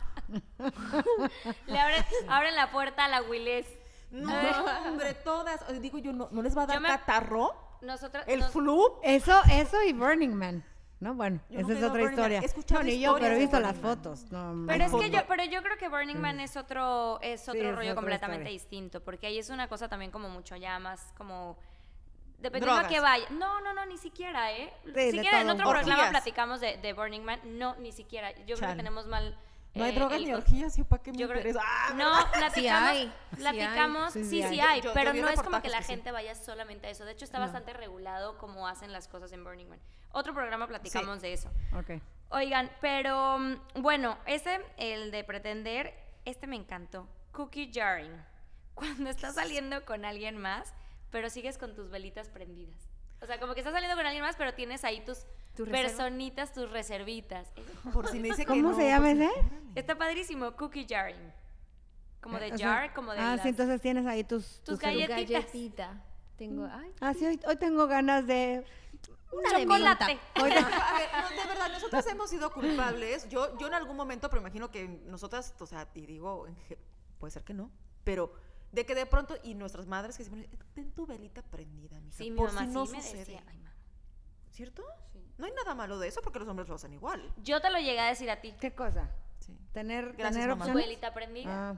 Le abren, abren la puerta a la Willis. No, hombre, todas. eh, Digo yo, ¿no, no les va a dar Yo me- catarro? Nosotros, ¿El nos- flu? Eso, eso y Burning Man. No, bueno, Yo no esa es veo otra Burning Man. historia. He escuchado No, ni yo, pero he historias de visto las Burning Man. fotos. No, hombre. Pero es que foto. yo, pero yo creo que Burning Man es otro, es otro es rollo otra completamente historia. distinto, porque ahí es una cosa también como mucho ya más como dependiendo Drogas. a qué vaya. No, no, no, ni siquiera, ¿eh? Sí, si de siquiera en todo otro un poco. programa Orgías. platicamos de, de Burning Man, no, ni siquiera. Yo creo Chale. que tenemos mal. No hay eh, drogas el ni con- orgías, ¿y para qué me Yo creo, interesa? ¡Ah, no, platicamos, Sí hay, sí platicamos, hay. sí, Sí, sí, sí hay, hay. Yo- yo pero vi no es como reportajes que la que sí. gente vaya solamente a eso. De hecho, está No. bastante regulado cómo hacen las cosas en Burning Man. Otro programa platicamos de eso. Ok. Oigan, pero mm, bueno, ese, el de pretender, este me encantó. Cookie jarring. Cuando estás saliendo con alguien más, pero sigues con tus velitas prendidas. O sea, como que estás saliendo con alguien más, pero tienes ahí tus ¿Tu reserva? personitas, tus reservitas. Por si me dice que ¿Cómo no, se llama por si- ese? Órale. Está padrísimo, cookie jarring. Como de O sea, jar, como de Ah, las- sí, entonces tienes ahí tus... Tus ceru- galletas. Galletita. Tengo, ay, Ah, sí, hoy, hoy tengo ganas de... una de chocolate. menta. Hoy No, a ver, no, de verdad, nosotras hemos sido culpables. Yo, yo en algún momento, pero imagino que nosotras, o sea, y digo, en ge- puede ser que no, pero de que de pronto, y nuestras madres que siempre, ten tu velita prendida, mija, Sí, mi por mamá si no sí me sucede. decía. Ay, mamá. ¿Cierto? Sí. No hay nada malo de eso porque los hombres lo hacen igual. Yo te lo llegué a decir a ti. ¿Qué cosa? Sí. Tener, Gracias, tener mamá. Tu opciones. velita prendida. Ah,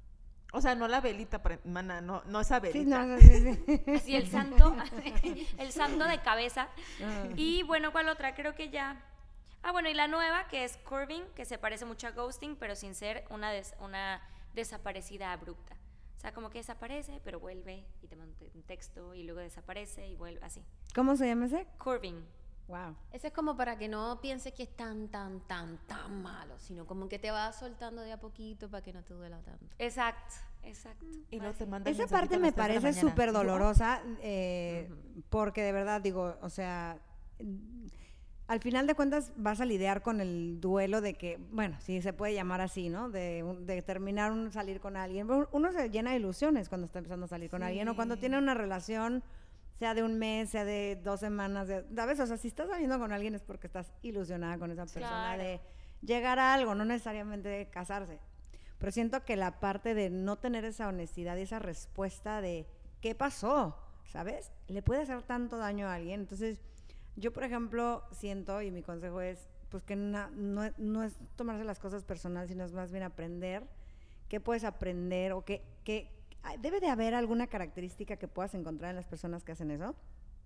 O sea, no la velita, pre- mana, no, no esa sí, velita. no, sí, sí. Así el santo, el santo de cabeza. Ah. Y bueno, ¿cuál otra? Creo que ya. Ah, bueno, y la nueva, que es curving, que se parece mucho a ghosting, pero sin ser una, des- una desaparecida abrupta. O sea, como que desaparece, pero vuelve y te manda un texto y luego desaparece y vuelve, así. ¿Cómo se llama ese? Curving. Wow. Ese es como para que no pienses que es tan, tan, tan, tan malo, sino como que te va soltando de a poquito para que no te duela tanto. Exacto, exacto. Y luego te manda el Esa mensajito parte a me las tres de la parece mañana. súper Y yo, dolorosa, eh, porque de verdad digo, o sea, mm, al final de cuentas vas a lidiar con el duelo de que, bueno, sí se puede llamar así, ¿no? De, un- de terminar un salir con alguien. Pero uno se llena de ilusiones cuando está empezando a salir con alguien o cuando Sí. tiene una relación, sea de un mes, sea de dos semanas, de, ¿sabes? O sea, si estás saliendo con alguien es porque estás ilusionada con esa persona Claro. de llegar a algo, no necesariamente de casarse. Pero siento que la parte de no tener esa honestidad y esa respuesta de ¿qué pasó? ¿Sabes? Le puede hacer tanto daño a alguien. Entonces, yo, por ejemplo, siento, y mi consejo es, pues que na- no, es- no es tomarse las cosas personales, sino es más bien aprender qué puedes aprender o qué, qué ah, debe de haber alguna característica que puedas encontrar en las personas que hacen eso.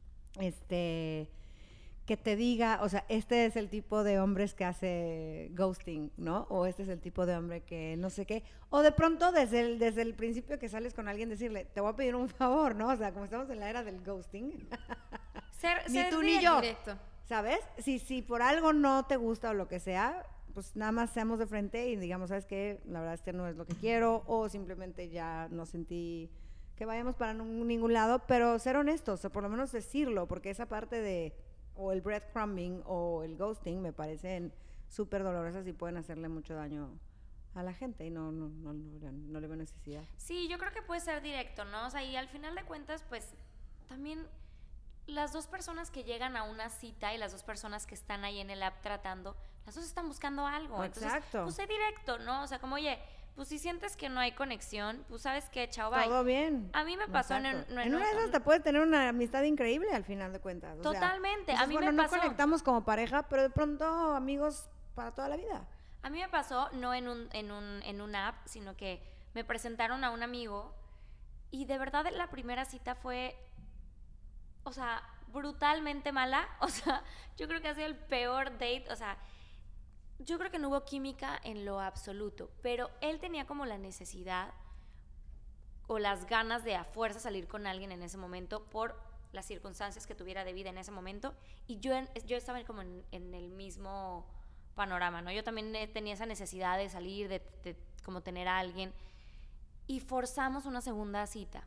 Este, que te diga, o sea, este es el tipo de hombres que hace ghosting, ¿no? O este es el tipo de hombre que no sé qué. O de pronto desde el, desde el principio que sales con alguien decirle, te voy a pedir un favor, ¿no? O sea, como estamos en la era del ghosting, Ser, Ni ser tú ni directo. yo. Directo. ¿sabes? Si, si por algo no te gusta o lo que sea, pues nada más seamos de frente y digamos, ¿sabes qué? La verdad es que no es lo que quiero o simplemente ya no sentí que vayamos para nun- ningún lado, pero ser honestos, o por lo menos decirlo, porque esa parte de o el breadcrumbing o el ghosting me parecen súper dolorosas y pueden hacerle mucho daño a la gente y no, no, no, no, no le veo necesidad. Sí, yo creo que puede ser directo, ¿no? O sea, y al final de cuentas, pues también las dos personas que llegan a una cita y las dos personas que están ahí en el app tratando, las dos están buscando algo. Entonces, Exacto. pues sé directo, ¿no? O sea, como, oye, pues si sientes que no hay conexión, pues sabes qué, chao, bye. Todo bien. A mí me pasó en, Exacto. en- En una de esas te puedes tener una amistad increíble al final de cuentas. o sea, Totalmente, a dices, mí bueno, me no pasó. conectamos como pareja, pero de pronto amigos para toda la vida. A mí me pasó no en un, en un, en una app, sino que me presentaron a un amigo y de verdad la primera cita fue, o sea, brutalmente mala. O sea, yo creo que ha sido el peor date. O sea, yo creo que no hubo química en lo absoluto. Pero él tenía como la necesidad o las ganas de a fuerza salir con alguien en ese momento por las circunstancias que tuviera de vida en ese momento. Y yo, yo estaba como en, en el mismo panorama, ¿no? Yo también tenía esa necesidad de salir, de, de como tener a alguien. Y forzamos una segunda cita.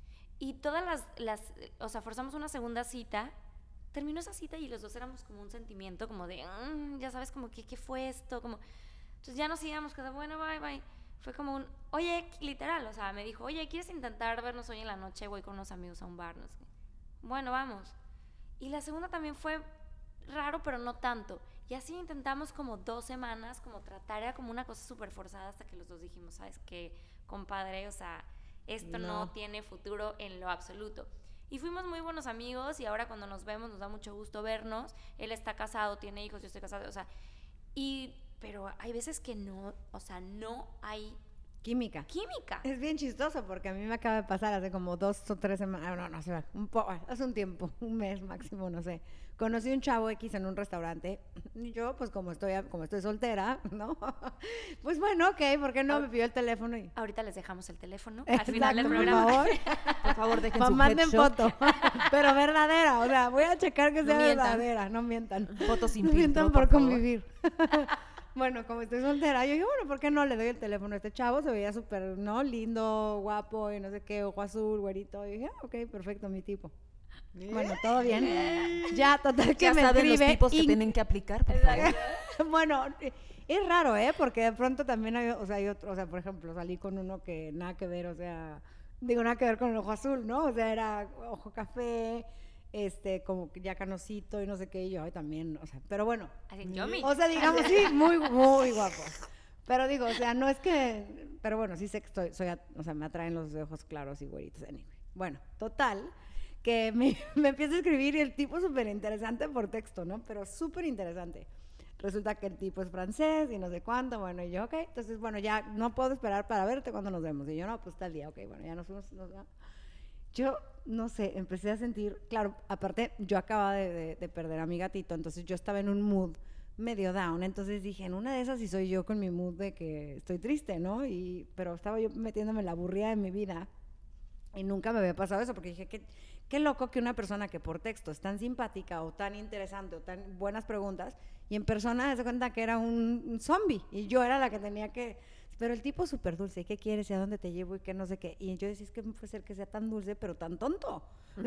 Y todas las, las, o sea, forzamos una segunda cita, terminó esa cita y los dos éramos como un sentimiento como de, mmm, ya sabes, como que, ¿qué fue esto? Como, entonces ya nos íbamos, que bueno, bye, bye. Fue como un, oye, literal, o sea, me dijo, oye, ¿quieres intentar vernos hoy en la noche? Voy con unos amigos a un bar, no sé. Bueno, vamos. Y la segunda también fue raro, pero no tanto. Y así intentamos como dos semanas, como tratar, era como una cosa súper forzada hasta que los dos dijimos, ¿sabes qué, compadre? O sea, esto no. no tiene futuro en lo absoluto. Y fuimos muy buenos amigos y ahora cuando nos vemos nos da mucho gusto vernos. Él está casado, tiene hijos, yo estoy casada, o sea, y, pero hay veces que no, o sea, no hay química. Química. Es bien chistoso porque a mí me acaba de pasar hace como dos o tres semanas, no, no, no, un po- hace un tiempo, un mes máximo, no sé. Conocí un chavo X en un restaurante y yo, pues como estoy, como estoy soltera, ¿no? Pues bueno, ok, ¿por qué no? Ah, me pidió el teléfono y... Ahorita les dejamos el teléfono al Exacto, final del por programa. favor. Por favor, dejen Pa- su manden headshot. foto, pero verdadera, o sea, voy a checar que No sea mientan. verdadera, no mientan. Fotos sin No filtro, mientan por por favor. convivir. Bueno, como estoy soltera, yo dije, bueno, ¿por qué no le doy el teléfono a este chavo? Se veía súper, ¿no? Lindo, guapo y no sé qué, ojo azul, güerito. Y dije, ah, ok, perfecto, mi tipo. Bueno, todo bien. Ya, total que Ya me saben los escribe. tipos que y- tienen que aplicar, por favor. Bueno, es raro, ¿eh? Porque de pronto también hay, o sea, hay otro, o sea, por ejemplo, salí con uno que nada que ver, o sea, digo, nada que ver con el ojo azul, ¿no? O sea, era ojo café, este, como que ya canosito y no sé qué, y yo ay, también, o sea, pero bueno. Así, yummy. O sea, digamos, sí, muy, muy guapo. Pero digo, o sea, no es que, pero bueno, sí sé que estoy, soy, a- o sea, me atraen los de ojos claros y güeritos, anyway. Bueno, total, que me, me empieza a escribir y el tipo súper interesante por texto, ¿no? Pero súper interesante. Resulta que el tipo es francés y no sé cuánto, bueno, y yo, ok, entonces, bueno, ya no puedo esperar para verte cuando nos vemos. Y yo, no, pues tal día, ok, bueno, ya nos fuimos, nos va. Yo, no sé, empecé a sentir, claro, aparte, yo acababa de, de, de perder a mi gatito, entonces yo estaba en un mood medio down, entonces dije, en una de esas sí soy yo con mi mood de que estoy triste, ¿no? Y, pero estaba yo metiéndome la aburrida de mi vida y nunca me había pasado eso, porque dije, qué, qué loco que una persona que por texto es tan simpática o tan interesante o tan buenas preguntas, y en persona se cuenta que era un, un zombie, y yo era la que tenía que... Pero el tipo súper dulce, ¿y qué quieres? ¿Y a dónde te llevo? Y qué no sé qué. Y yo decía, es que puede ser que sea tan dulce, pero tan tonto.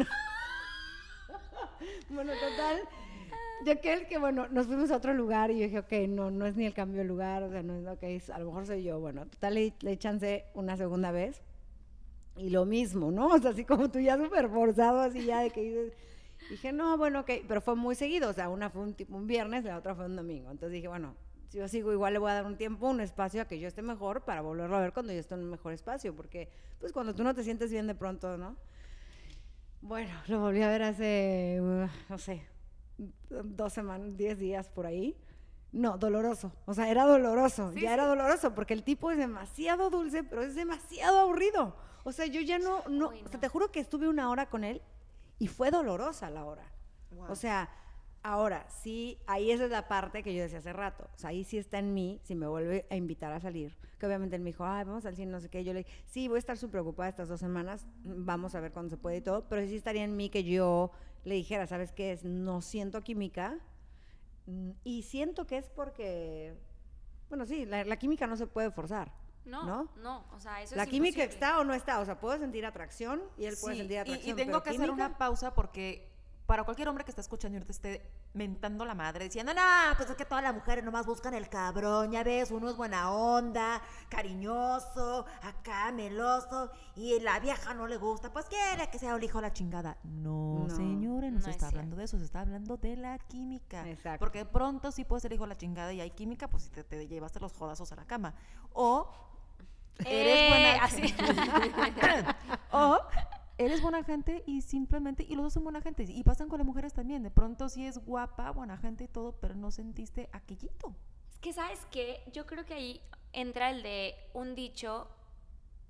Bueno, total, yo que el que, bueno, nos fuimos a otro lugar y yo dije, ok, no, no es ni el cambio de lugar, o sea, no es, ok, es- a lo mejor soy yo. Bueno, total, le, le chance una segunda vez y lo mismo, ¿no? O sea, así como tú ya súper forzado, así ya de que dices, dije, no, bueno, ok, pero fue muy seguido, o sea, una fue un tipo un viernes, la otra fue un domingo. Entonces dije, bueno, si yo sigo igual le voy a dar un tiempo, un espacio a que yo esté mejor para volverlo a ver cuando yo esté en un mejor espacio, porque pues cuando tú no te sientes bien de pronto, ¿no? Bueno, lo volví a ver hace, uh, no sé, dos semanas, diez días por ahí. No, doloroso. O sea, era doloroso. Sí, ya sí. era doloroso porque el tipo es demasiado dulce, pero es demasiado aburrido. O sea, yo ya no, no, Uy, o sea, no. te juro que estuve una hora con él y fue dolorosa la hora. Wow. O sea, ahora, sí, ahí esa es la parte que yo decía hace rato. O sea, ahí sí está en mí, si me vuelve a invitar a salir. Que obviamente él me dijo, ay, vamos al cine, no sé qué. Yo le dije, sí, voy a estar súper preocupada estas dos semanas, vamos a ver cuándo se puede y todo. Pero sí estaría en mí que yo le dijera, ¿sabes qué es? No siento química. mm, Y siento que es porque, bueno, sí, la, la química no se puede forzar. No, ¿no? no, o sea, eso La es química imposible. está o no está. O sea, puedo sentir atracción y él puede Sí, sentir y- atracción. Y, tengo pero que hacer química, una pausa porque para cualquier hombre que está escuchando y ahorita esté mentando la madre, diciendo, no, pues es que todas las mujeres nomás buscan el cabrón, ya ves, uno es buena onda, cariñoso, acá, meloso, y la vieja no le gusta, pues quiere que sea un hijo de la chingada. No, No, señores, no, no se es está hablando de eso, se está hablando de la química. Exacto. Porque de pronto sí puede ser hijo de la chingada y hay química, pues si te, te llevaste los jodazos a la cama. O eres Eh, buena así. o eres buena gente y simplemente, y los dos son buena gente, y pasan con las mujeres también, de pronto sí es guapa, buena gente y todo, pero no sentiste aquellito. Es que, ¿sabes qué? Yo creo que ahí entra el de un dicho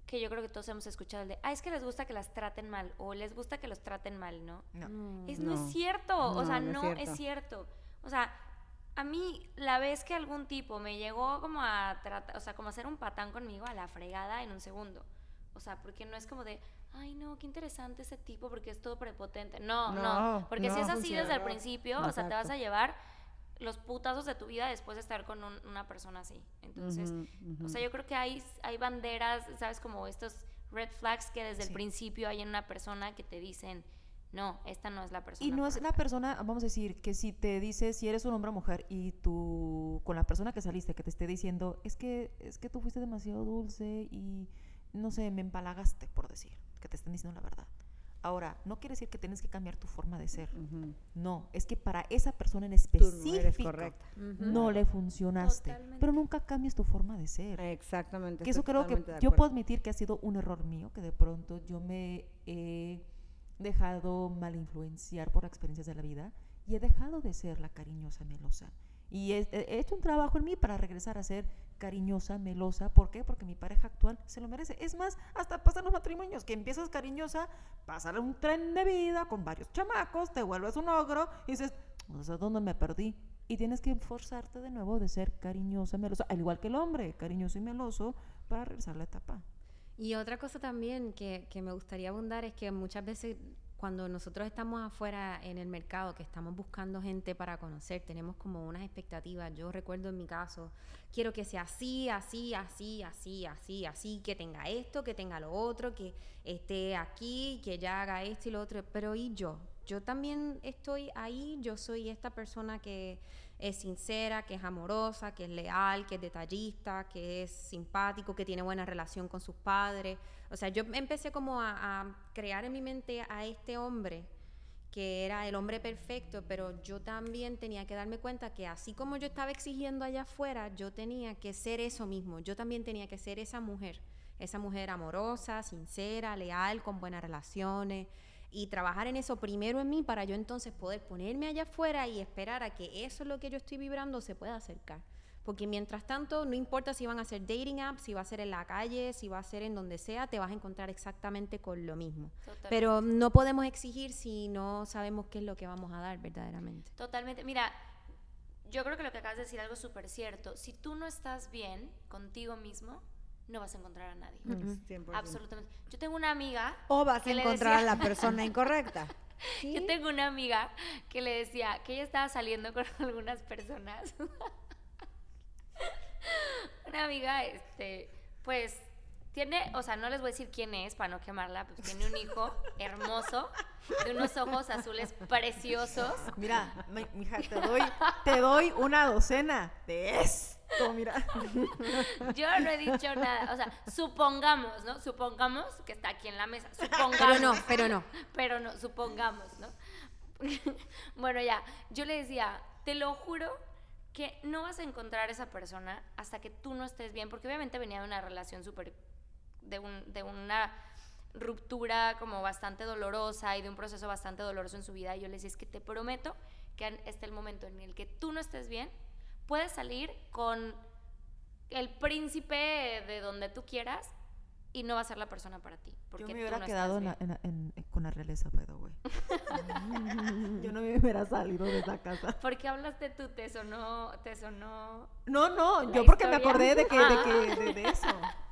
que yo creo que todos hemos escuchado el de, ah, es que les gusta que las traten mal o les gusta que los traten mal, ¿no? No. Mm. Es, no. No. es cierto, o No, sea, no es no cierto. es cierto. O sea, a mí la vez que algún tipo me llegó como a tratar, o sea, como a hacer un patán conmigo a la fregada en un segundo. O sea, porque no es como de, ay, no, qué interesante ese tipo porque es todo prepotente. No, no, No, porque no si es así funciona. desde el principio, o sea, te vas Exacto. a llevar los putazos de tu vida después de estar con un- una persona así. Entonces, Ujú, ujú. o sea, yo creo que hay, hay banderas, ¿sabes? Como estos red flags que desde Sí. el principio hay en una persona que te dicen, no, esta no es la persona. Y no es correcta". la persona, vamos a decir, que si te dice, si eres un hombre o mujer y tú, con la persona que saliste, que te esté diciendo, es que, es que tú fuiste demasiado dulce y, no sé, me empalagaste, por decir, que te estén diciendo la verdad. Ahora, no quiere decir que tienes que cambiar tu forma de ser. Ujú. No, es que para esa persona en Tú no específico eres correcta. Ujú. no le funcionaste. Totalmente. Pero nunca cambies tu forma de ser. Exactamente. Que eso estoy creo que totalmente de yo acuerdo. puedo admitir que ha sido un error mío, que de pronto yo me he dejado mal influenciar por las experiencias de la vida y he dejado de ser la cariñosa melosa. Y he, he hecho un trabajo en mí para regresar a ser cariñosa, melosa. ¿Por qué? Porque mi pareja actual se lo merece. Es más, hasta pasan los matrimonios, que empiezas cariñosa, pasas un tren de vida con varios chamacos, te vuelves un ogro y dices, no sé dónde me perdí. Y tienes que forzarte de nuevo de ser cariñosa, melosa, al igual que el hombre, cariñoso y meloso, para regresar a la etapa. Y otra cosa también que, que me gustaría abundar es que muchas veces cuando nosotros estamos afuera en el mercado, que estamos buscando gente para conocer, tenemos como unas expectativas. Yo recuerdo en mi caso, quiero que sea así, así, así, así, así, así, que tenga esto, que tenga lo otro, que esté aquí, que ya haga esto y lo otro. Pero ¿y yo? Yo también estoy ahí, yo soy esta persona que es sincera, que es amorosa, que es leal, que es detallista, que es simpático, que tiene buena relación con sus padres. O sea, yo empecé como a, a crear en mi mente a este hombre que era el hombre perfecto, pero yo también tenía que darme cuenta que así como yo estaba exigiendo allá afuera, yo tenía que ser eso mismo. Yo también tenía que ser esa mujer, esa mujer amorosa, sincera, leal, con buenas relaciones, y trabajar en eso primero en mí para yo entonces poder ponerme allá afuera y esperar a que eso es lo que yo estoy vibrando se pueda acercar. Porque mientras tanto, no importa si van a ser dating apps, si va a ser en la calle, si va a ser en donde sea, te vas a encontrar exactamente con lo mismo. Totalmente. Pero no podemos exigir si no sabemos qué es lo que vamos a dar verdaderamente. Totalmente. Mira, yo creo que lo que acabas de decir es algo súper cierto. Si tú no estás bien contigo mismo, no vas a encontrar a nadie. Mm, cien por ciento. Absolutamente. Yo tengo una amiga... O vas a que le encontrar decía- a la persona incorrecta. Yo tengo una amiga que le decía que ella estaba saliendo con algunas personas. Una amiga, este, pues, tiene, o sea, no les voy a decir quién es para no quemarla, pues tiene un hijo hermoso, de unos ojos azules preciosos. Mira, mi, mija, te doy, te doy una docena de esto, mira. Yo no he dicho nada, o sea, supongamos, ¿no? Supongamos que está aquí en la mesa, supongamos. Pero no, pero no. Pero no, supongamos, ¿no? Bueno, ya, yo le decía, te lo juro que no vas a encontrar esa persona hasta que tú no estés bien, porque obviamente venía de una relación súper, de, un, de una ruptura como bastante dolorosa y de un proceso bastante doloroso en su vida, y yo le decía, es que te prometo que hasta el momento en el que tú no estés bien, puedes salir con el príncipe de donde tú quieras y no va a ser la persona para ti. Porque Yo me tú hubiera no quedado en estás la- bien. en la- en- en- con la realeza, by the way. Yo no me hubiera salido de esa casa. ¿Por qué hablaste tú? ¿Te sonó? ¿Te sonó? No, no, ¿La yo porque me historia? acordé de que, Ah. de, que de, de eso.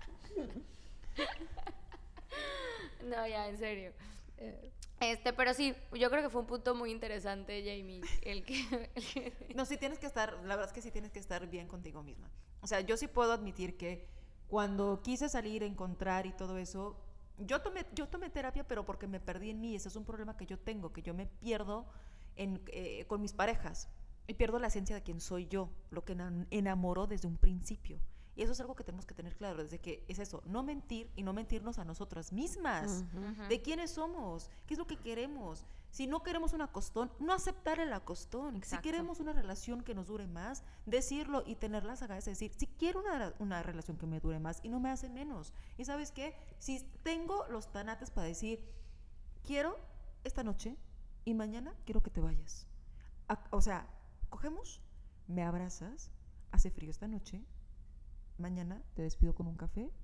No, ya, en serio. Este, pero sí, yo creo que fue un punto muy interesante, Jamie, el que... el que- No, sí tienes que estar, la verdad es que sí tienes que estar bien contigo misma. O sea, yo sí puedo admitir que cuando quise salir, encontrar y todo eso, yo tomé, yo tomé terapia, pero porque me perdí en mí. Ese es un problema que yo tengo, que yo me pierdo en, eh, con mis parejas y pierdo la esencia de quién soy yo, lo que ena- enamoró desde un principio. Y eso es algo que tenemos que tener claro, desde que es eso, no mentir y no mentirnos a nosotras mismas. Ujú. ¿De quiénes somos? ¿Qué es lo que queremos? Si no queremos un acostón, no aceptar el acostón. Exacto. Si queremos una relación que nos dure más, decirlo y tener las agallas de decir, si quiero una, una relación que me dure más y no me hace menos. ¿Y sabes qué? Si tengo los tanates para decir, quiero esta noche y mañana quiero que te vayas. A- o sea, cogemos, me abrazas, hace frío esta noche, mañana te despido con un café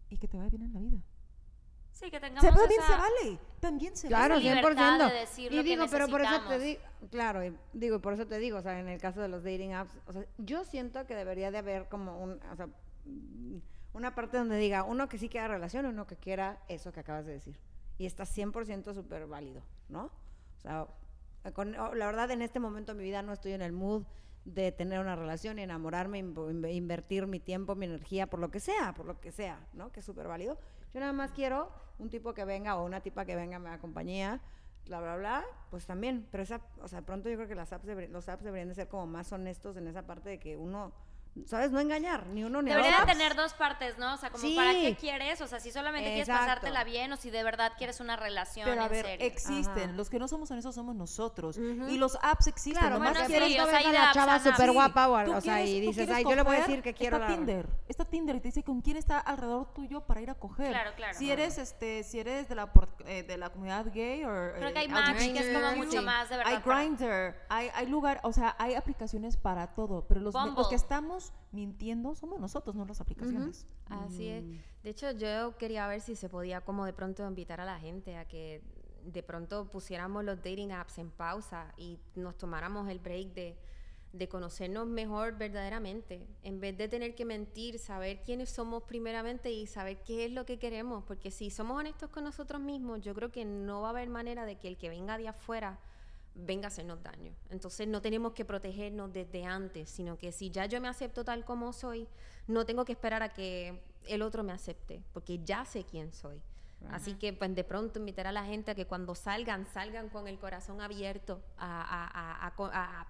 y que te vaya bien en la vida. Sí, que tengamos Se va bien, esa... se vale. También se Claro, vale. esa cien por ciento. libertad de decir Y lo que digo, pero por eso te necesitamos. digo, claro, y digo, y por eso te digo, o sea, en el caso de los dating apps, o sea, yo siento que debería de haber como un, o sea, mm, una parte donde diga uno que sí quiera relación y uno que quiera eso que acabas de decir. Y está cien por ciento súper válido, ¿no? O sea, con- o- la verdad en este momento de mi vida no estoy en el mood de tener una relación y enamorarme, in- invertir mi tiempo, mi energía, por lo que sea, por lo que sea, ¿no? Que es súper válido. Yo nada más quiero un tipo que venga o una tipa que venga, me da compañía, bla, bla, bla, pues también. Pero esa, o sea, de pronto yo creo que las apps deber- los apps deberían de ser como más honestos en esa parte de que uno, ¿sabes? No engañar, ni uno ni a Debería de otro. tener dos partes, ¿no? O sea, como Sí. para qué quieres, o sea, si solamente Exacto. quieres pasártela bien o si de verdad quieres una relación Pero a en ver, serio. existen. Ajá. Los que no somos honestos somos nosotros. Ujú. Y los apps existen. Claro, nomás bueno, porque sí, de quieres- pronto o sea, ves hay a de la apps chava a nada. súper Sí. guapa, o, Tú o sea, quieres- y tú dices, quieres ay, yo le voy a coger, decir que quiero está la... Tinder, está Tinder y te dice con quién está alrededor tuyo para ir a coger. Claro, claro. Si Ajá. eres este, si eres de la por- eh, de la comunidad gay o Creo que hay eh, Match, que es como Grindr, mucho sí. más de verdad. hay para- Grindr, hay, hay lugar, o sea, hay aplicaciones para todo, pero los, Bumble. los que estamos mintiendo somos nosotros, no las aplicaciones. Así es. De hecho, yo quería ver si se podía como de pronto invitar a la gente a que de pronto pusiéramos los dating apps en pausa y nos tomáramos el break de, de conocernos mejor verdaderamente, en vez de tener que mentir, saber quiénes somos primeramente y saber qué es lo que queremos, porque si somos honestos con nosotros mismos, yo creo que no va a haber manera de que el que venga de afuera venga a hacernos daño. Entonces no tenemos que protegernos desde antes, sino que si ya yo me acepto tal como soy, no tengo que esperar a que el otro me acepte, porque ya sé quién soy. Así que pues de pronto invitar a la gente a que cuando salgan, salgan con el corazón abierto a, a, a, a, co- a-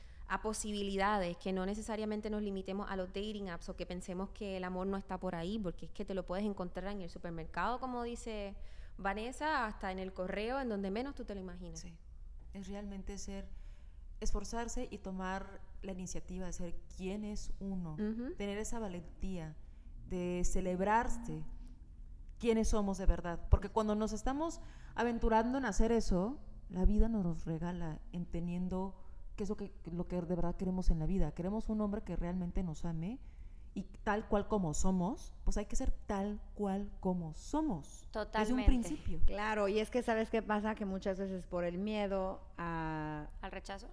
a posibilidades, que no necesariamente nos limitemos a los dating apps o que pensemos que el amor no está por ahí, porque es que te lo puedes encontrar en el supermercado, como dice Vanessa, hasta en el correo, en donde menos tú te lo imaginas. Sí, es realmente ser, esforzarse y tomar la iniciativa de ser quién es uno, Ujú. tener esa valentía de celebrarse quiénes somos de verdad, porque cuando nos estamos aventurando en hacer eso, la vida nos regala en teniendo qué es lo que, lo que de verdad queremos en la vida. Queremos un hombre que realmente nos ame y tal cual como somos, pues hay que ser tal cual como somos. Desde un Totalmente. principio. Claro, y es que ¿sabes qué pasa? Que muchas veces por el miedo a, ¿Al rechazo?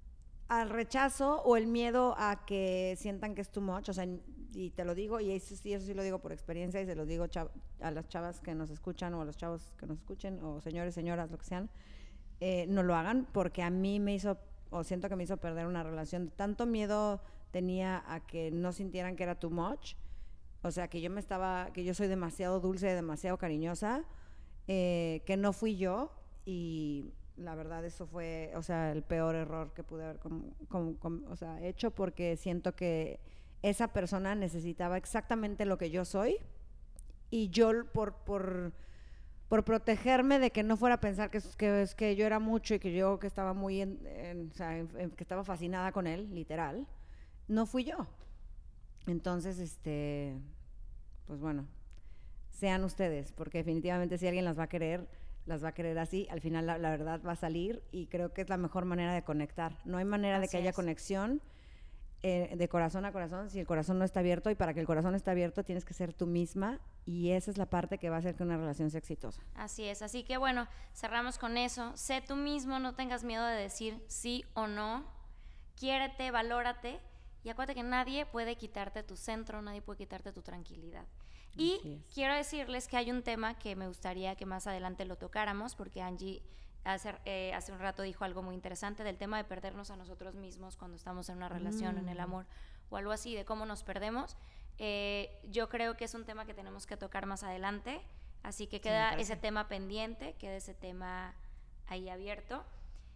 al rechazo o el miedo a que sientan que es too much, o sea, y te lo digo, y eso sí, eso sí lo digo por experiencia y se lo digo chav- a las chavas que nos escuchan o a los chavos que nos escuchen o señores, señoras, lo que sean, eh, no lo hagan porque a mí me hizo, o siento que me hizo perder una relación. Tanto miedo tenía a que no sintieran que era too much, o sea, que yo me estaba, que yo soy demasiado dulce, demasiado cariñosa, eh, que no fui yo y la verdad eso fue, o sea, el peor error que pude haber com- com- com- o sea, hecho porque siento que esa persona necesitaba exactamente lo que yo soy y yo por, por, por protegerme de que no fuera a pensar que, es- que, es que yo era mucho y que yo que estaba muy, en, en- o sea, en- en- que estaba fascinada con él, literal, no fui yo. Entonces, este, pues bueno, sean ustedes, porque definitivamente si alguien las va a querer, las va a querer así, al final la, la verdad va a salir y creo que es la mejor manera de conectar. No hay manera de Así que haya es. conexión eh, de corazón a corazón si el corazón no está abierto, y para que el corazón esté abierto tienes que ser tú misma y esa es la parte que va a hacer que una relación sea exitosa. Así es, así que bueno, cerramos con eso. Sé tú mismo, no tengas miedo de decir sí o no. Quiérete, valórate y acuérdate que nadie puede quitarte tu centro, nadie puede quitarte tu tranquilidad. Y Así es. quiero decirles que hay un tema que me gustaría que más adelante lo tocáramos, porque Angie hace, eh, hace un rato dijo algo muy interesante del tema de perdernos a nosotros mismos cuando estamos en una relación, en el amor o algo así, de cómo nos perdemos. Eh, yo creo que es un tema que tenemos que tocar más adelante, así que me queda parece. ese tema pendiente, queda ese tema ahí abierto.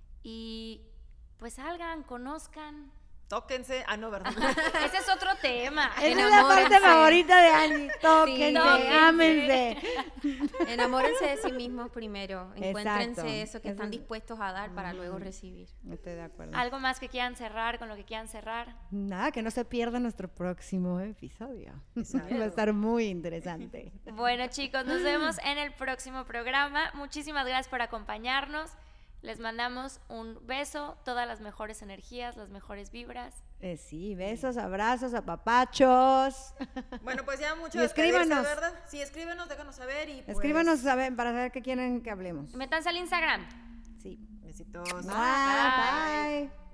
Y pues salgan, conozcan. Tóquense. Ah, no, ¿verdad? Ese es otro tema. Esa es la parte Enamórense. favorita de Angie. Tóquense, tóquense. ámense. Enamórense de sí mismos primero. Encuéntrense Exacto. eso que Eso están es- dispuestos a dar para luego Mm. recibir. Estoy de acuerdo. Algo más que quieran cerrar, con lo que quieran cerrar. Nada, que no se pierda nuestro próximo episodio. Exacto. Va a estar muy interesante. Bueno, chicos, nos vemos en el próximo programa. Muchísimas gracias por acompañarnos. Les mandamos un beso, todas las mejores energías, las mejores vibras. Eh, sí, besos, abrazos, apapachos. Bueno, pues ya mucho Y escríbanos. despedirse, ¿verdad? Sí, escríbanos, déjanos saber y pues... Escríbanos saber- para saber qué quieren que hablemos. Métanse al Instagram. Sí. Besitos. Bye. Bye.